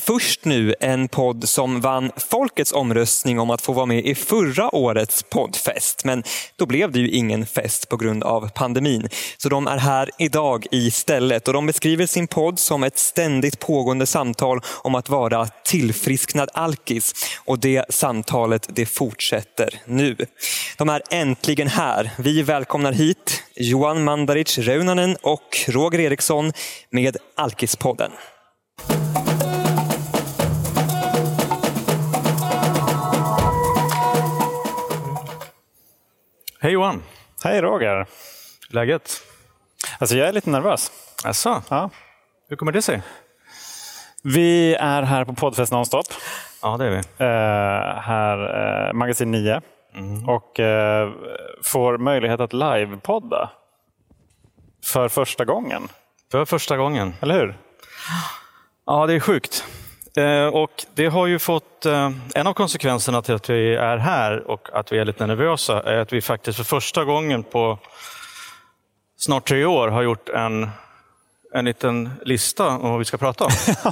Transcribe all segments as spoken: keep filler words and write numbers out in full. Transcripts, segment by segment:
först nu en podd som vann folkets omröstning om att få vara med i förra årets poddfest. Men då blev det ju ingen fest på grund av pandemin. Så de är här idag istället och de beskriver sin podd som ett ständigt pågående samtal om att vara tillfrisknad alkis. Och det samtalet, det fortsätter nu. De är äntligen här. Vi välkomnar hit Johan Mandaric Reunanen och Roger Eriksson med Alkispodden. Hej Johan. Hej Roger. Läget? Alltså jag är lite nervös. Asså? Ja. Hur kommer det sig? Vi är här på Poddfest Nonstop. Ja, det är vi. Uh, här, uh, magasin nio. Mm. Och uh, får möjlighet att livepodda. För första gången. För första gången. Eller hur? Ja, det är sjukt. Uh, och det har ju fått... Uh, en av konsekvenserna till att vi är här och att vi är lite nervösa är att vi faktiskt för första gången på snart tre år har gjort en, en liten lista om vad vi ska prata om.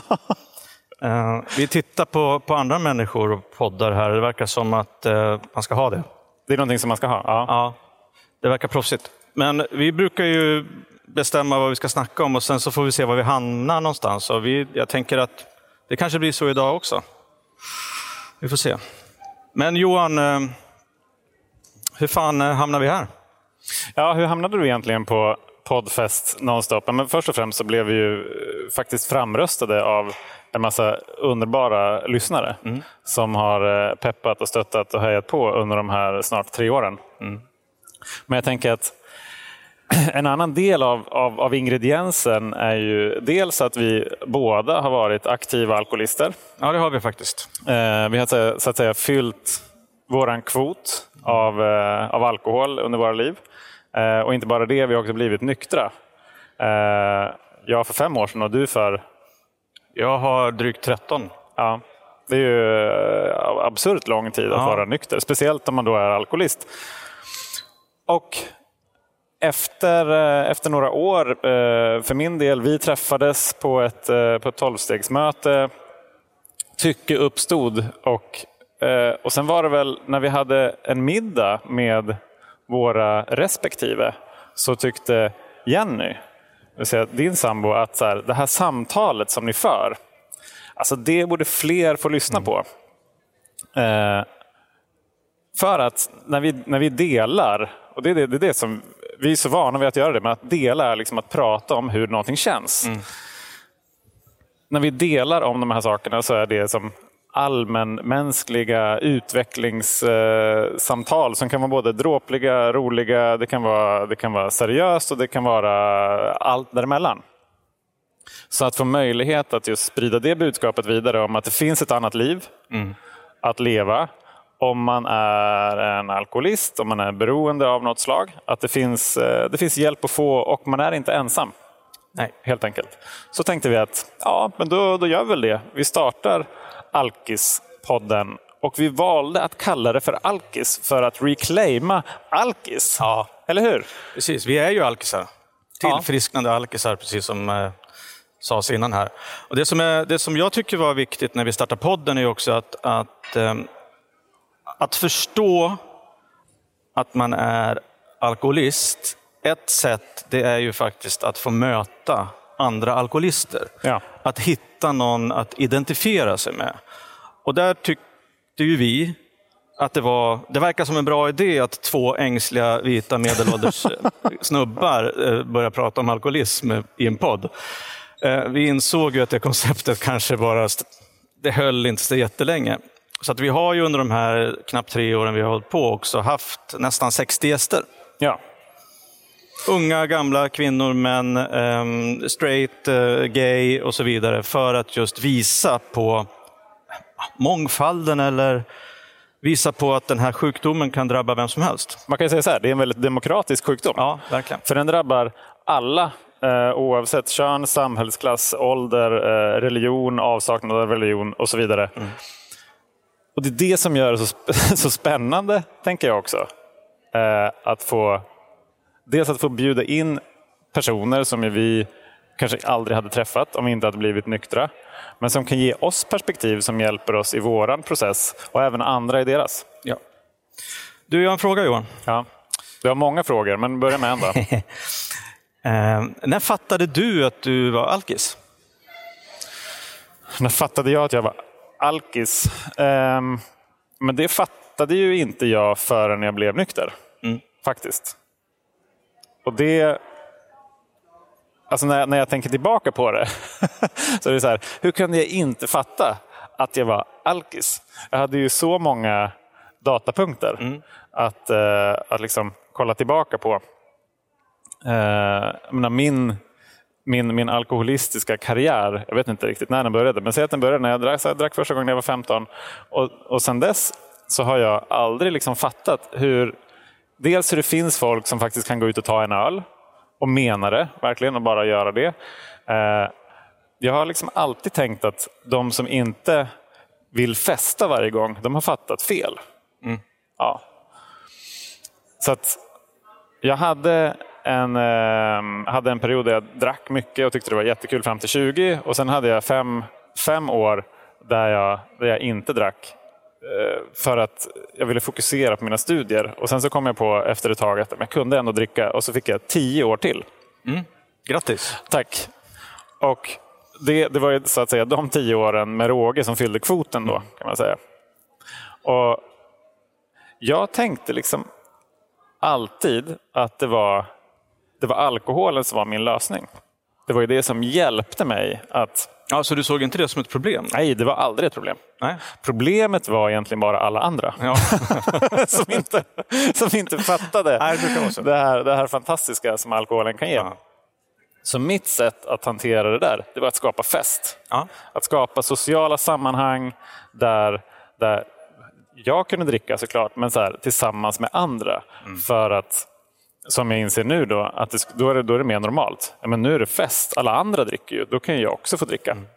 uh, vi tittar på, på andra människor och poddar här. Det verkar som att uh, man ska ha det. Det är någonting som man ska ha? Ja, ja, det verkar proffsigt. Men vi brukar ju bestämma vad vi ska snacka om och sen så får vi se var vi hamnar någonstans. Och vi, jag tänker att det kanske blir så idag också. Vi får se. Men Johan, hur fan hamnar vi här? Ja, hur hamnade du egentligen på Poddfest Nonstop? Men först och främst så blev vi ju faktiskt framröstade av en massa underbara lyssnare mm. som har peppat och stöttat och hejat på under de här snart tre åren. Mm. Men jag tänker att en annan del av, av, av ingrediensen är ju dels att vi båda har varit aktiva alkoholister. Ja, det har vi faktiskt. Eh, vi har så att säga fyllt våran kvot av, eh, av alkohol under våra liv. Eh, och inte bara det, vi har också blivit nyktra. Eh, jag för fem år sedan och du för... Jag har drygt tretton. Ja, det är ju eh, absurt lång tid att ja. vara nykter. Speciellt om man då är alkoholist. Och... Efter, efter några år, för min del, vi träffades på ett, på ett tolvstegsmöte. Tycke uppstod och, och sen var det väl när vi hade en middag med våra respektive så tyckte Jenny, det vill säga din sambo, att så här, det här samtalet som ni för, alltså det borde fler få lyssna på. Mm. För att när vi, när vi delar, och det är det, det, är det som vi är så vana vid att göra det, men att dela är liksom att prata om hur någonting känns. Mm. När vi delar om de här sakerna så är det som allmänmänskliga utvecklingssamtal som kan vara både dråpliga, roliga, det kan vara, det kan vara seriöst och det kan vara allt däremellan. Så att få möjlighet att just sprida det budskapet vidare om att det finns ett annat liv mm. att leva. Om man är en alkoholist, om man är beroende av något slag. Att det finns, det finns hjälp att få och man är inte ensam. Nej, helt enkelt. Så tänkte vi att ja, men då, då gör vi väl det. Vi startar Alkispodden och vi valde att kalla det för Alkis för att reclaima alkis. Ja, eller hur? Precis, vi är ju alkisar. Tillfrisknande ja. alkisar, precis som eh, sades innan här. Och det som, är, det som jag tycker var viktigt när vi startade podden är också att, att eh, Att förstå att man är alkoholist, ett sätt det är ju faktiskt att få möta andra alkoholister. Ja. Att hitta någon att identifiera sig med. Och där tyckte ju vi att det var, det verkar som en bra idé att två ängsliga vita medelålders snubbar börjar prata om alkoholism i en podd. Vi insåg ju att det konceptet kanske bara, det höll inte så jättelänge. Så att vi har ju under de här knappt tre åren vi har hållit på också haft nästan sextio gäster. Ja. Unga, gamla, kvinnor, män, um, straight, uh, gay och så vidare. För att just visa på mångfalden eller visa på att den här sjukdomen kan drabba vem som helst. Man kan ju säga så här, det är en väldigt demokratisk sjukdom. Ja, verkligen. För den drabbar alla eh, oavsett kön, samhällsklass, ålder, eh, religion, avsaknad av religion och så vidare. Mm. Och det är det som gör det så, så spännande, tänker jag också. Eh, att få, dels att få bjuda in personer som vi kanske aldrig hade träffat om vi inte hade blivit nyktra. Men som kan ge oss perspektiv som hjälper oss i våran process och även andra i deras. Ja. Du, jag har en fråga, Johan. Ja. Du har många frågor, men börja med en då. eh, när fattade du att du var alkis? När fattade jag att jag var alkis? Eh, men det fattade ju inte jag förrän jag blev nykter. Mm. Faktiskt. Och det... Alltså när, när jag tänker tillbaka på det så är det så här, hur kunde jag inte fatta att jag var alkis? Jag hade ju så många datapunkter mm. att, eh, att liksom kolla tillbaka på. Eh, jag menar, min, min, min alkoholistiska karriär, jag vet inte riktigt när den började, men säg att den började när jag drack, så jag drack första gången när jag var femton. Och, och sedan dess så har jag aldrig liksom fattat hur, dels hur det finns folk som faktiskt kan gå ut och ta en öl och menar det, verkligen, och bara göra det. Eh, jag har liksom alltid tänkt att de som inte vill festa varje gång, de har fattat fel. Mm. Ja. Så att jag hade en, eh, hade en period där jag drack mycket och tyckte det var jättekul fram till tjugo. Och sen hade jag fem, fem år där jag, där jag inte drack. För att jag ville fokusera på mina studier. Och sen så kom jag på efter ett tag att jag kunde ändå dricka. Och så fick jag tio år till. Mm. Grattis! Tack! Och det, det var ju så att säga de tio åren med råge som fyllde kvoten då, kan man säga. Och jag tänkte liksom alltid att det var, det var alkoholen som var min lösning. Det var ju det som hjälpte mig att... Ja, så du såg inte det som ett problem? Nej, det var aldrig ett problem. Nej. Problemet var egentligen bara alla andra. Ja. som, inte, som inte fattade Nej, det, det, här, det här fantastiska som alkoholen kan ge. Ja. Så mitt sätt att hantera det där, det var att skapa fest. Ja. Att skapa sociala sammanhang där, där jag kunde dricka såklart, men så här, tillsammans med andra. Mm. För att, som jag inser nu då, att det, då, är det, då är det mer normalt. Ja, men nu är det fest, alla andra dricker ju, då kan jag också få dricka. Mm.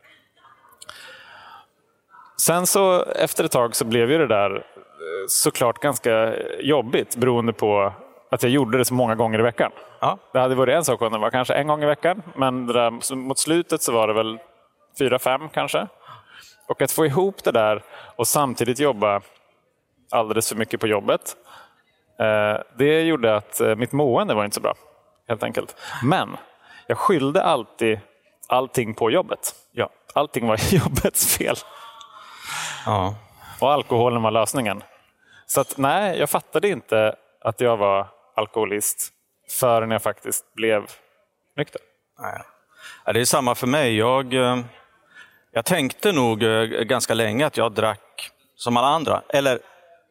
Sen så efter ett tag så blev ju det där såklart ganska jobbigt beroende på att jag gjorde det så många gånger i veckan. Ja. Det hade varit en sak om det var kanske en gång i veckan, men det där, mot slutet så var det väl fyra, fem kanske. Och att få ihop det där och samtidigt jobba alldeles för mycket på jobbet, det gjorde att mitt mående var inte så bra, helt enkelt. Men jag skyllde alltid allting på jobbet. Ja. Allting var jobbets fel. Ja. Och alkoholen var lösningen. Så att nej, jag fattade inte att jag var alkoholist förrän jag faktiskt blev nykter. Nej. Det är samma för mig. Jag, jag tänkte nog ganska länge att jag drack som alla andra. Eller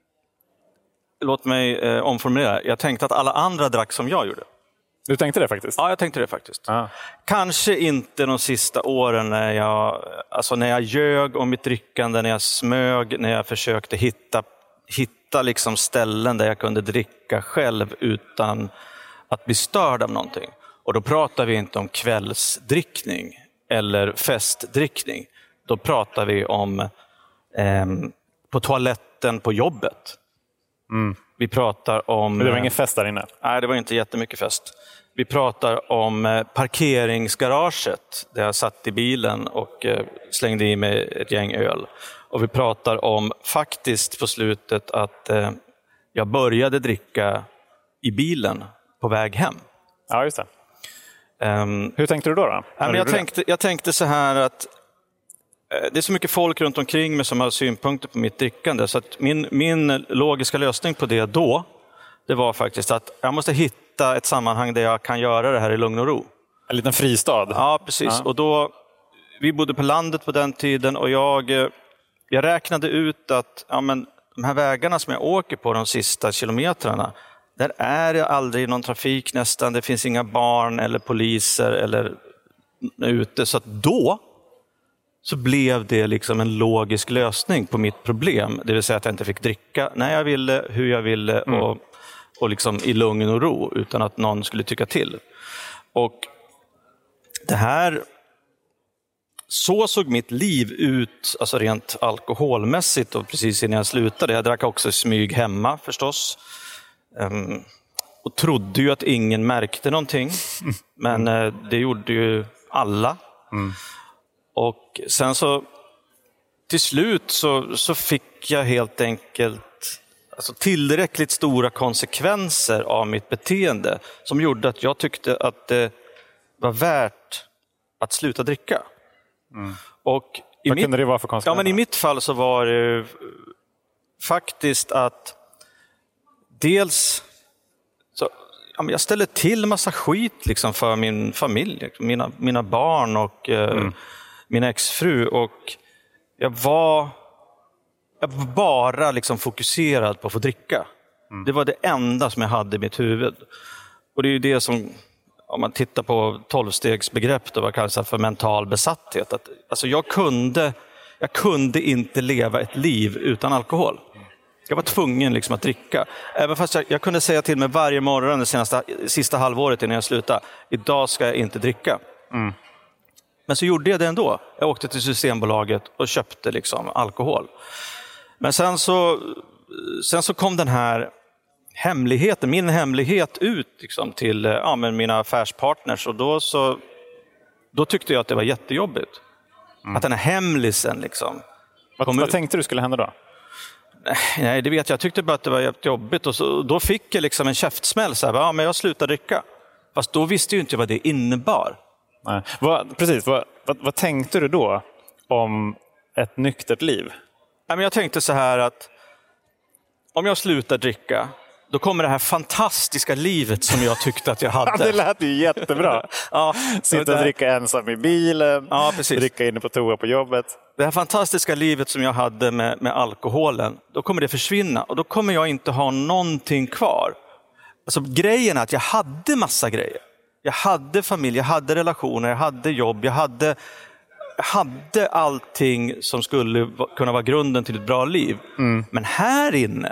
låt mig eh, omformulera. Jag tänkte att alla andra drack som jag gjorde. Du tänkte det faktiskt? Ja, jag tänkte det faktiskt. Ah. Kanske inte de sista åren när jag, alltså när jag ljög om mitt drickande, när jag smög, när jag försökte hitta, hitta liksom ställen där jag kunde dricka själv utan att bli störd av någonting. Och då pratar vi inte om kvällsdrickning eller festdrickning. Då pratar vi om eh, på toaletten på jobbet. Mm. Vi pratar om... Men det var ingen fest där inne? Nej, det var inte jättemycket fest. Vi pratar om parkeringsgaraget där jag satt i bilen och slängde i mig ett gäng öl. Och vi pratar om faktiskt på slutet att jag började dricka i bilen på väg hem. Ja, just det. Um, Hur tänkte du då? då? Ja, men jag, tänkte, jag tänkte så här att det är så mycket folk runt omkring mig som har synpunkter på mitt drickande. Så att min, min logiska lösning på det då, det var faktiskt att jag måste hitta ett sammanhang där jag kan göra det här i lugn och ro. En liten fristad. Ja, precis. Ja. Och då, vi bodde på landet på den tiden och jag, jag räknade ut att ja, men, de här vägarna som jag åker på de sista kilometrarna, där är det aldrig någon trafik nästan. Det finns inga barn eller poliser eller ute. Så att då så blev det liksom en logisk lösning på mitt problem. Det vill säga att jag inte fick dricka när jag ville, hur jag ville mm. och, och liksom i lugn och ro utan att någon skulle tycka till. Och det här, så såg mitt liv ut, alltså rent alkoholmässigt och precis innan jag slutade. Jag drack också smyg hemma förstås. Um, och trodde ju att ingen märkte någonting. Men uh, det gjorde ju alla. Mm. Och sen så till slut så, så fick jag helt enkelt alltså, tillräckligt stora konsekvenser av mitt beteende som gjorde att jag tyckte att det var värt att sluta dricka. Mm. Och i Vad mitt, kunde det vara för konsekvenser? Ja, men i mitt fall så var det faktiskt att dels så, ja, men jag ställde till massa skit liksom, för min familj, mina, mina barn och eh, mm. min exfru. Och jag var, jag var bara liksom, fokuserad på att få dricka. Mm. Det var det enda som jag hade i mitt huvud. Och det är ju det som, om man tittar på tolvstegsbegrepp, då, vad kallas det för mental besatthet. Att, alltså jag, kunde, jag kunde inte leva ett liv utan alkohol. Jag var tvungen liksom att dricka. Även fast jag, jag kunde säga till mig varje morgon det senaste, sista halvåret innan jag slutade. Idag ska jag inte dricka. Mm. Men så gjorde jag det ändå. Jag åkte till Systembolaget och köpte liksom alkohol. Men sen så, sen så kom den här hemligheten, min hemlighet ut liksom till ja, men mina affärspartners. Och då, så, då tyckte jag att det var jättejobbigt. Mm. Att den här hemlisen liksom. Vad, vad tänkte du skulle hända då? Nej, det vet jag. Jag tyckte bara att det var jättejobbigt. Och så, då fick jag liksom en käftsmäll. Så här, ja, men jag slutade dricka. Fast då visste jag inte vad det innebar. Nej. Vad, precis, vad, vad, vad tänkte du då om ett nyktert liv? Nej, men jag tänkte så här att om jag slutar dricka, då kommer det här fantastiska livet som jag tyckte att jag hade. Det lät ju jättebra. Ja, sitta och dricka ensam i bilen, ja, precis. Dricka inne på toa på jobbet. Det här fantastiska livet som jag hade med, med alkoholen, då kommer det försvinna. Och då kommer jag inte ha någonting kvar. Alltså grejen är att jag hade massa grejer. Jag hade familj, jag hade relationer, jag hade jobb, jag hade, jag hade allting som skulle kunna vara grunden till ett bra liv. Mm. Men här inne,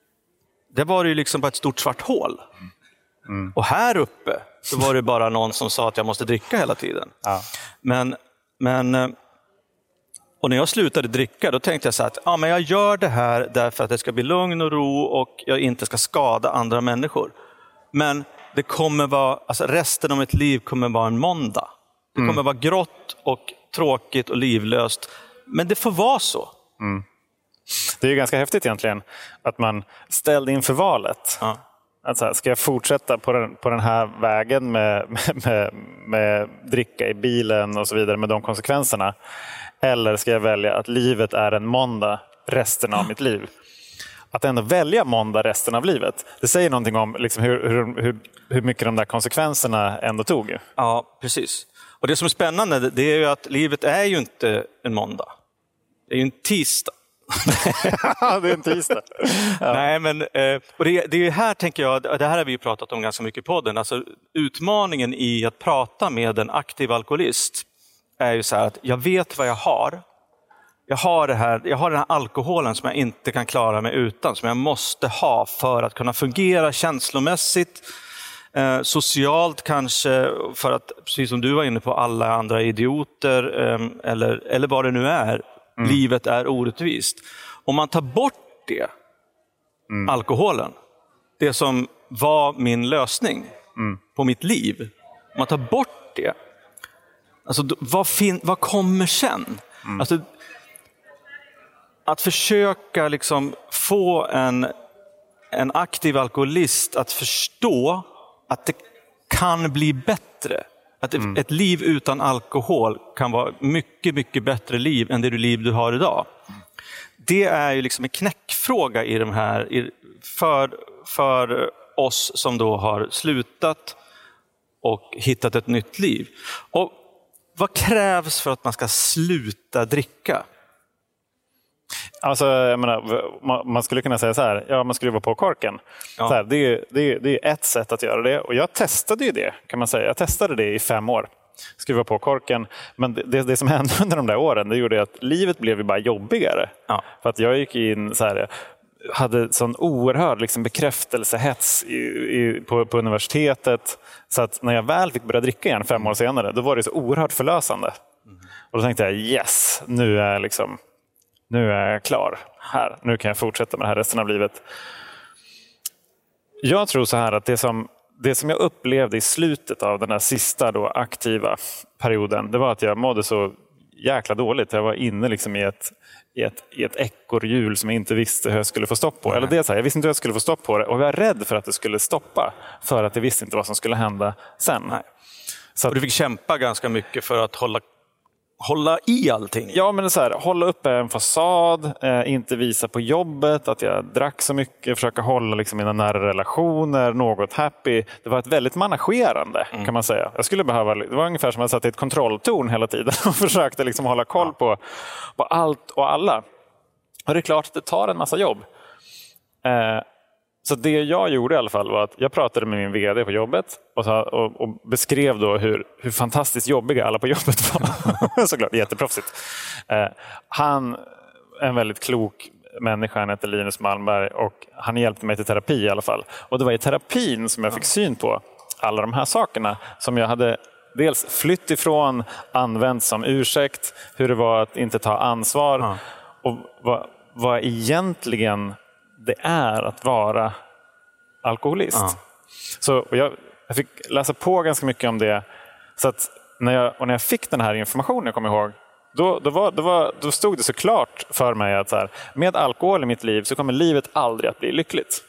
det var ju liksom bara ett stort svart hål. Mm. Och här uppe så var det bara någon som sa att jag måste dricka hela tiden. Ja. Men, men, och när jag slutade dricka, då tänkte jag så här att ja, men jag gör det här därför att det ska bli lugn och ro och jag inte ska skada andra människor. Men det kommer vara, alltså resten av mitt liv kommer vara en måndag. Det kommer mm. vara grått och tråkigt och livlöst. Men det får vara så. Mm. Det är ju ganska häftigt egentligen att man ställde inför valet. Ja. Att så här, ska jag fortsätta på den, på den här vägen med, med, med, med dricka i bilen och så vidare med de konsekvenserna? Eller ska jag välja att livet är en måndag resten av mitt liv? Att ändå välja måndag resten av livet, det säger någonting om liksom hur, hur, hur, hur mycket de där konsekvenserna ändå tog. Ja, precis. Och det som är spännande, det är ju att livet är ju inte en måndag. Det är ju en tisdag. Ja, det är en tisdag. Ja. Nej, men och det, det är här tänker jag, det här har vi ju pratat om ganska mycket i podden. Alltså utmaningen i att prata med en aktiv alkoholist är ju så här att jag vet vad jag har. Jag har, det här, jag har den här alkoholen som jag inte kan klara mig utan, som jag måste ha för att kunna fungera känslomässigt, eh, socialt kanske, för att, precis som du var inne på, alla andra idioter eh, eller, eller vad det nu är, mm. livet är orättvist. Om man tar bort det, mm. alkoholen, det som var min lösning mm. på mitt liv, om man tar bort det, alltså, vad, fin- vad kommer sen? Mm. Alltså, att försöka liksom få en, en aktiv alkoholist att förstå att det kan bli bättre. Att mm. ett liv utan alkohol kan vara mycket, mycket bättre liv än det liv du har idag. Det är ju liksom en knäckfråga i de här, för, för oss som då har slutat och hittat ett nytt liv. Och vad krävs för att man ska sluta dricka? Alltså, jag menar, man skulle kunna säga så här, ja, man skruvar på korken. Ja. Så här, det, är, det, är, det är ett sätt att göra det. Och jag testade ju det, kan man säga. Jag testade det i fem år. Skruva på korken. Men det, det som hände under de där åren, det gjorde att livet blev ju bara jobbigare. Ja. För att jag gick in så här, hade sån oerhörd liksom bekräftelsehets i, i, på, på universitetet. Så att när jag väl fick börja dricka igen fem år senare, då var det så oerhört förlösande. Mm. Och då tänkte jag, yes, nu är jag liksom... Nu är jag klar här. Nu kan jag fortsätta med det här resten av livet. Jag tror så här att det som, det som jag upplevde i slutet av den här sista då aktiva perioden, det var att jag mådde så jäkla dåligt. Jag var inne liksom i ett, i ett, i ett ekorrhjul som jag inte visste hur jag skulle få stopp på. Nej. Eller det är så här, jag visste inte hur jag skulle få stopp på det och jag var rädd för att det skulle stoppa, för att jag visste inte vad som skulle hända sen. Nej. Så att, och du fick kämpa ganska mycket för att hålla Hålla i allting? Ja, men så här, hålla uppe en fasad, eh, inte visa på jobbet att jag drack så mycket, försöka hålla liksom, mina nära relationer, något happy. Det var ett väldigt managerande mm. kan man säga. Jag skulle behöva, det var ungefär som att jag satt i ett kontrolltorn hela tiden och försökte liksom, hålla koll ja. på, på allt och alla. Och det är klart att det tar en massa jobb. Eh, Så det jag gjorde i alla fall var att jag pratade med min vd på jobbet och, så, och, och beskrev då hur, hur fantastiskt jobbiga alla på jobbet var. Såklart, jätteproffsigt. Eh, han är en väldigt klok människa, han heter Linus Malmberg och han hjälpte mig till terapi i alla fall. Och det var i terapin som jag fick syn på alla de här sakerna som jag hade dels flytt ifrån, använt som ursäkt, hur det var att inte ta ansvar ja. och vad, vad egentligen det är att vara alkoholist. Ja. Så jag, jag fick läsa på ganska mycket om det. Så att när jag, och när jag fick den här informationen, jag kommer ihåg, då, då, var, då, var, då stod det så klart för mig att så här, med alkohol i mitt liv så kommer livet aldrig att bli lyckligt.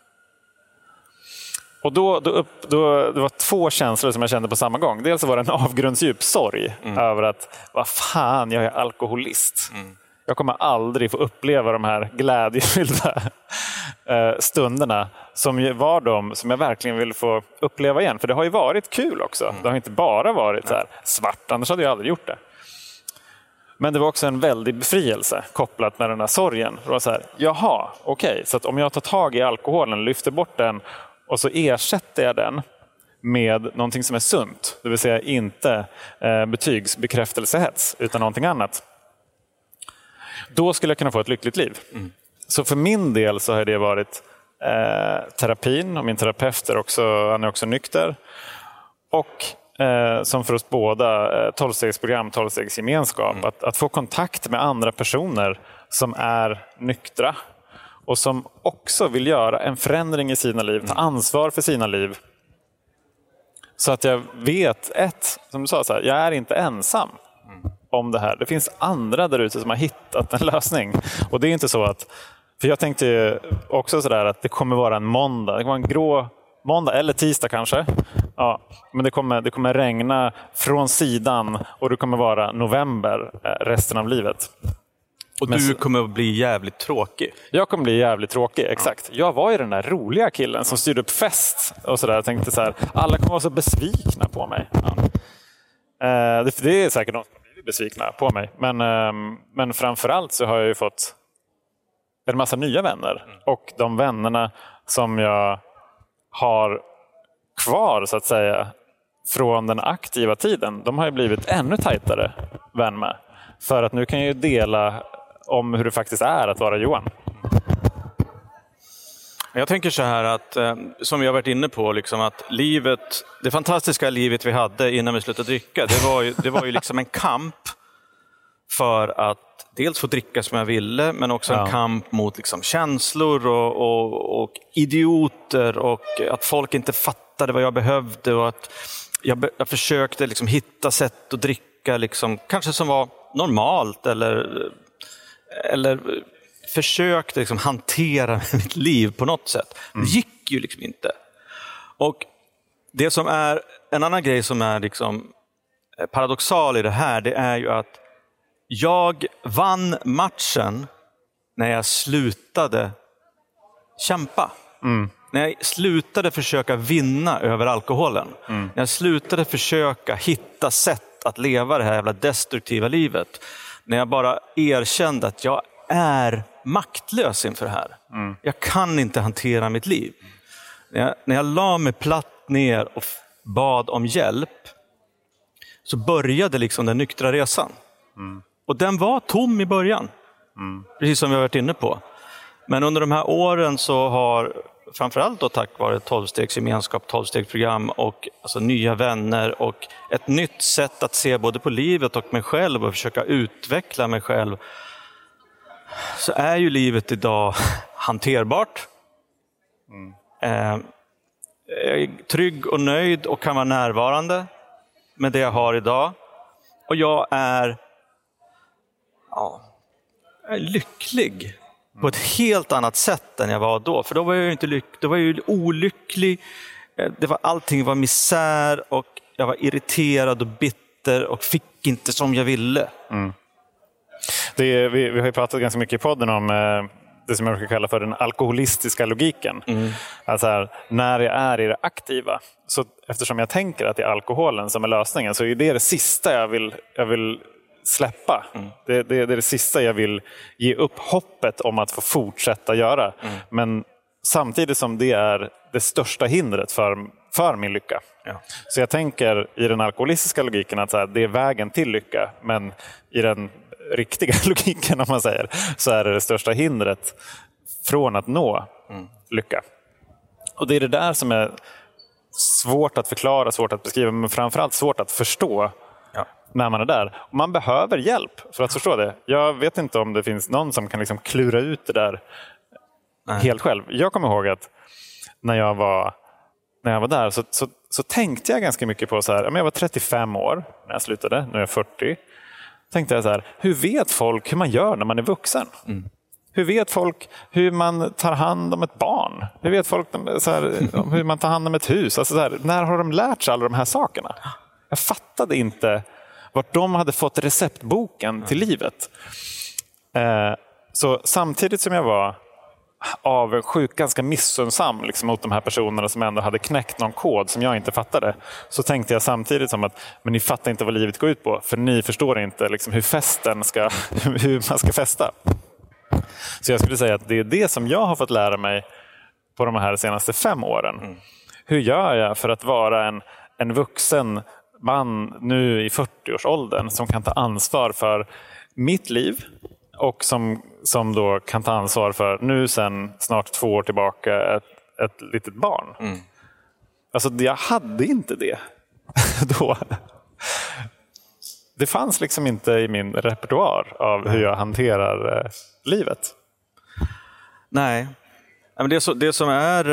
Och då, då, upp, då det var två känslor som jag kände på samma gång. Dels var det en avgrundsdjup sorg mm. över att, vad fan, jag är alkoholist. Mm. Jag kommer aldrig få uppleva de här glädjefyllda stunderna som var de som jag verkligen vill få uppleva igen. För det har ju varit kul också. Mm. Det har inte bara varit så här svart, annars hade jag aldrig gjort det. Men det var också en väldig befrielse kopplat med den här sorgen. Det var så här, jaha, okej. Okay. Så att om jag tar tag i alkoholen, lyfter bort den och så ersätter jag den med någonting som är sunt. Det vill säga inte eh, betygsbekräftelsehets utan någonting annat. Då skulle jag kunna få ett lyckligt liv. Mm. Så för min del så har det varit eh, terapin och min terapeut är också, han är också nykter. Och eh, som för oss båda, eh, tolvstegsprogram, tolvstegsgemenskap. Mm. Att, att få kontakt med andra personer som är nyktra och som också vill göra en förändring i sina liv, ta ansvar för sina liv. Så att jag vet, ett, som du sa, så här, jag är inte ensam. Mm. om det här. Det finns andra där ute som har hittat en lösning. Och det är inte så att... För jag tänkte också sådär att det kommer vara en måndag. Det kommer vara en grå måndag eller tisdag kanske. Ja, men det kommer, det kommer regna från sidan och det kommer vara november resten av livet. Och men du kommer att bli jävligt tråkig. Jag kommer bli jävligt tråkig, exakt. Ja. Jag var ju den där roliga killen som styrde upp fest och sådär. Jag tänkte så här, alla kommer vara så besvikna på mig. Ja. Eh, det, det är säkert någon som blir besvikna på mig. Men, eh, men framförallt så har jag ju fått en massa nya vänner. Mm. Och de vännerna som jag har kvar så att säga från den aktiva tiden, de har ju blivit ännu tajtare vän med. För att nu kan jag ju dela om hur det faktiskt är att vara Johan. Jag tänker så här att, som vi har varit inne på, liksom att livet, det fantastiska livet vi hade innan vi slutade dricka, det var ju, det var ju liksom en kamp för att dels få dricka som jag ville, men också en ja. kamp mot liksom känslor och, och, och idioter och att folk inte fattade vad jag behövde och att jag, jag försökte liksom hitta sätt att dricka liksom, kanske som var normalt eller, eller försökte liksom hantera mitt liv på något sätt. Mm. Det gick ju liksom inte. Och det som är en annan grej som är liksom paradoxal i det här, det är ju att jag vann matchen när jag slutade kämpa. Mm. När jag slutade försöka vinna över alkoholen. Mm. När jag slutade försöka hitta sätt att leva det här jävla destruktiva livet. När jag bara erkände att jag är maktlös inför det här. Mm. Jag kan inte hantera mitt liv. När jag, när jag la mig platt ner och bad om hjälp, så började liksom den nyktra resan. Mm. Och den var tom i början. Mm. Precis som vi har varit inne på. Men under de här åren så har, framförallt då tack vare tolvstegsgemenskap, tolvstegsprogram och alltså nya vänner och ett nytt sätt att se både på livet och mig själv och försöka utveckla mig själv, så är ju livet idag hanterbart. Mm. Eh, är trygg och nöjd och kan vara närvarande med det jag har idag. Och jag är, ja, jag är lycklig på ett helt annat sätt än jag var då. För då var jag ju inte lycklig, då var jag ju olycklig. Det var, allting var misär och jag var irriterad och bitter och fick inte som jag ville. Mm. Det är, vi, vi har ju pratat ganska mycket i podden om eh, det som jag brukar kalla för den alkoholistiska logiken. Mm. Alltså här, när jag är i det aktiva, så eftersom jag tänker att det är alkoholen som är lösningen, så är det det sista jag vill, jag vill släppa. Mm. Det, det, det är det sista jag vill ge upp hoppet om att få fortsätta göra. Mm. Men samtidigt som det är det största hindret för, för min lycka. Ja. Så jag tänker i den alkoholistiska logiken att så här, det är vägen till lycka, men i den riktiga logiken, om man säger, så är det det största hindret från att nå mm. lycka. Och det är det där som är svårt att förklara, svårt att beskriva, men framförallt svårt att förstå ja. när man är där. Och man behöver hjälp för att förstå det. Jag vet inte om det finns någon som kan liksom klura ut det där Nej. helt själv. Jag kommer ihåg att när jag var, när jag var där så, så, så tänkte jag ganska mycket på så här, jag var trettiofem år när jag slutade, nu är jag fyrtio. Tänkte jag så här, hur vet folk hur man gör när man är vuxen? Mm. Hur vet folk hur man tar hand om ett barn? Hur vet folk så här, hur man tar hand om ett hus? Alltså så här, när har de lärt sig alla de här sakerna? Jag fattade inte vart de hade fått receptboken till livet. Eh, så samtidigt som jag var avundsjuk, ganska missunnsam liksom, mot de här personerna som ändå hade knäckt någon kod som jag inte fattade, så tänkte jag samtidigt som att men ni fattar inte vad livet går ut på, för ni förstår inte liksom, hur festen ska, hur man ska festa. Så jag skulle säga att det är det som jag har fått lära mig på de här senaste fem åren. Mm. Hur gör jag för att vara en, en vuxen man nu i fyrtioårsåldern som kan ta ansvar för mitt liv och som, som då kan ta ansvar för nu sen snart två år tillbaka ett, ett litet barn. Mm. Alltså jag hade inte det då. Det fanns liksom inte i min repertoar av hur jag hanterar eh, livet. Nej, men det, så, det som är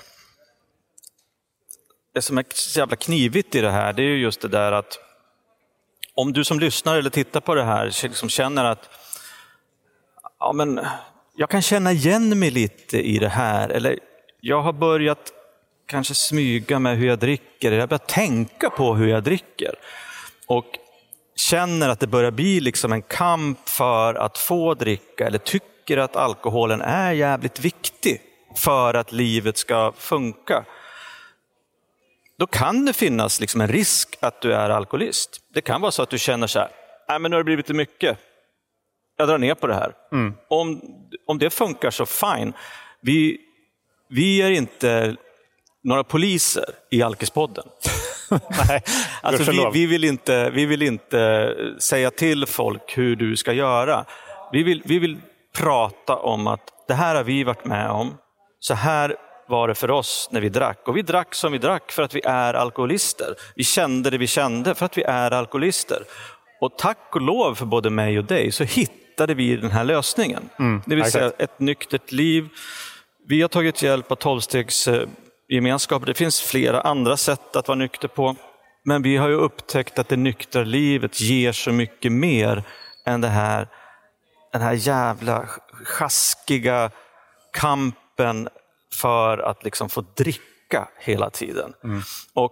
det som är så jävla knivigt i det här, det är ju just det där att om du som lyssnar eller tittar på det här liksom känner att ja, men jag kan känna igen mig lite i det här, eller jag har börjat kanske smyga med hur jag dricker, eller jag börjar tänka på hur jag dricker och känner att det börjar bli liksom en kamp för att få dricka, eller tycker att alkoholen är jävligt viktig för att livet ska funka. Då kan det finnas liksom en risk att du är alkoholist. Det kan vara så att du känner så här, nej men nu har det blivit lite mycket. Jag drar ner på det här. Mm. Om, om det funkar så fine. Vi, vi är inte några poliser i Alkispodden. Nej, alltså vi, vi, vill inte, vi vill inte säga till folk hur du ska göra. Vi vill, vi vill prata om att det här har vi varit med om. Så här var det för oss när vi drack. Och vi drack som vi drack för att vi är alkoholister. Vi kände det vi kände för att vi är alkoholister. Och tack och lov för både mig och dig så hittade vi den här lösningen. Mm, det vill säga ett nyktert liv. Vi har tagit hjälp av tolvstegs gemenskap. Det finns flera andra sätt att vara nykter på. Men vi har ju upptäckt att det nyktra livet ger så mycket mer än det här, den här jävla sjaskiga kampen för att liksom få dricka hela tiden. Mm. Och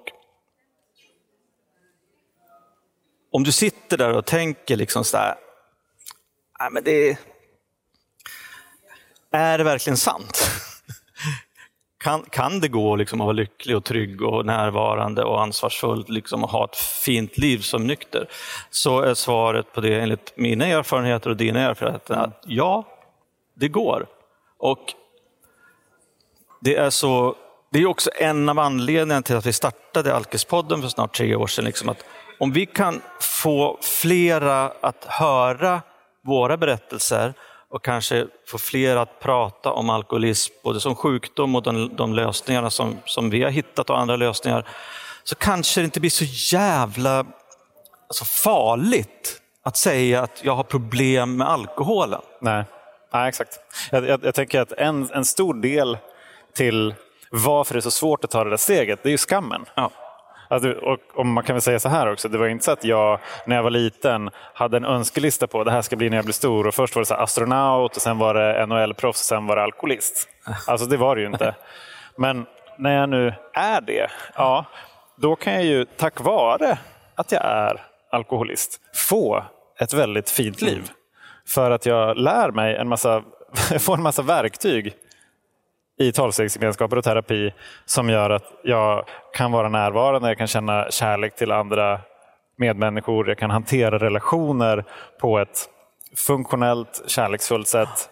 om du sitter där och tänker liksom så här, nej men det är det verkligen sant? Kan, kan det gå liksom att vara lycklig och trygg och närvarande och ansvarsfull liksom och ha ett fint liv som nykter? Så är svaret på det enligt mina erfarenheter och dina erfarenheter att ja, det går. Och det är så, det är också en av anledningarna till att vi startade Alkispodden för snart tre år sedan. Liksom att om vi kan få flera att höra våra berättelser och kanske få fler att prata om alkoholism, både som sjukdom och de, de lösningarna som, som vi har hittat och andra lösningar, så kanske det inte blir så jävla alltså farligt att säga att jag har problem med alkoholen. Nej, Nej exakt. Jag, jag, jag tänker att en, en stor del till varför det är så svårt att ta det där steget, det är ju skammen. Ja. Alltså, och, och man kan väl säga så här också, det var inte så att jag när jag var liten hade en önskelista på det här ska bli när jag blir stor, och först var det så här astronaut och sen var det N H L-proffs och sen var det alkoholist. Alltså det var det ju inte. Men när jag nu är det, ja, då kan jag ju tack vare att jag är alkoholist få ett väldigt fint liv. För att jag lär mig en massa, får en massa verktyg i tolvstegsgemenskaper och terapi som gör att jag kan vara närvarande, jag kan känna kärlek till andra medmänniskor, jag kan hantera relationer på ett funktionellt, kärleksfullt sätt.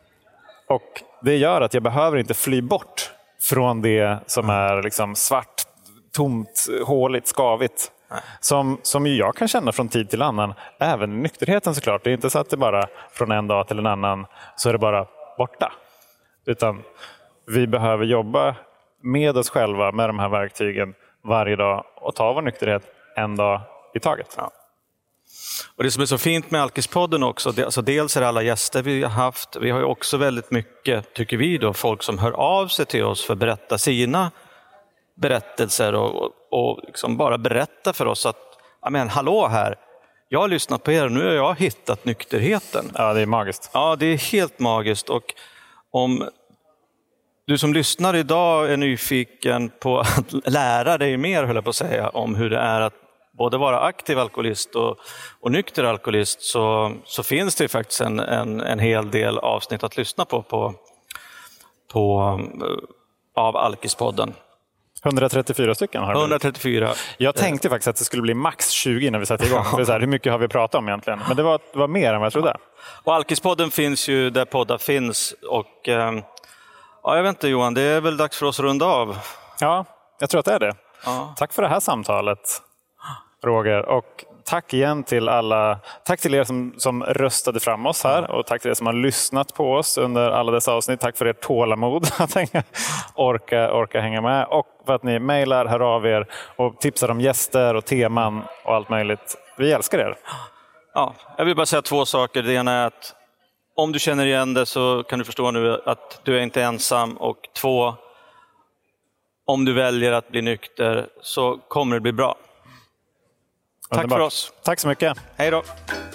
Och det gör att jag behöver inte fly bort från det som är liksom svart, tomt, håligt, skavigt. Som, som ju jag kan känna från tid till annan, även i nykterheten såklart. Det är inte så att det bara från en dag till en annan så är det bara borta. Utan vi behöver jobba med oss själva med de här verktygen varje dag och ta vår nykterhet en dag i taget. Ja. Och det som är så fint med Alkispodden också, det, alltså dels är det alla gäster vi har haft, vi har ju också väldigt mycket, tycker vi då, folk som hör av sig till oss för att berätta sina berättelser och, och, och liksom bara berätta för oss att, amen, hallå här, jag har lyssnat på er och nu har jag hittat nykterheten. Ja, det är magiskt. Ja, det är helt magiskt. Och om du som lyssnar idag är nyfiken på att lära dig mer, höll jag på att säga, om hur det är att både vara aktiv alkoholist och, och nykter alkoholist, så, så finns det faktiskt en, en, en hel del avsnitt att lyssna på, på, på av Alkispodden. hundratrettiofyra stycken har det. hundratrettiofyra. Jag tänkte faktiskt att det skulle bli max tjugo när vi satte igång. För så här, hur mycket har vi pratat om egentligen? Men det var, det var mer än vad jag trodde. Och Alkispodden finns ju där poddar finns. Och eh, ja, jag vet inte Johan, det är väl dags för oss att runda av. Ja, jag tror att det är det. Ja. Tack för det här samtalet, Roger. Och tack igen till alla. Tack till er som, som röstade fram oss här. Och tack till er som har lyssnat på oss under alla dessa avsnitt. Tack för ert tålamod att hänga, orka, orka hänga med. Och för att ni mejlar, hör av er och tipsar om gäster och teman och allt möjligt. Vi älskar er. Ja, jag vill bara säga två saker. Det ena är att om du känner igen det så kan du förstå nu att du är inte ensam. Och två, om du väljer att bli nykter så kommer det bli bra. Tack Underbart. för oss. Tack så mycket. Hej då.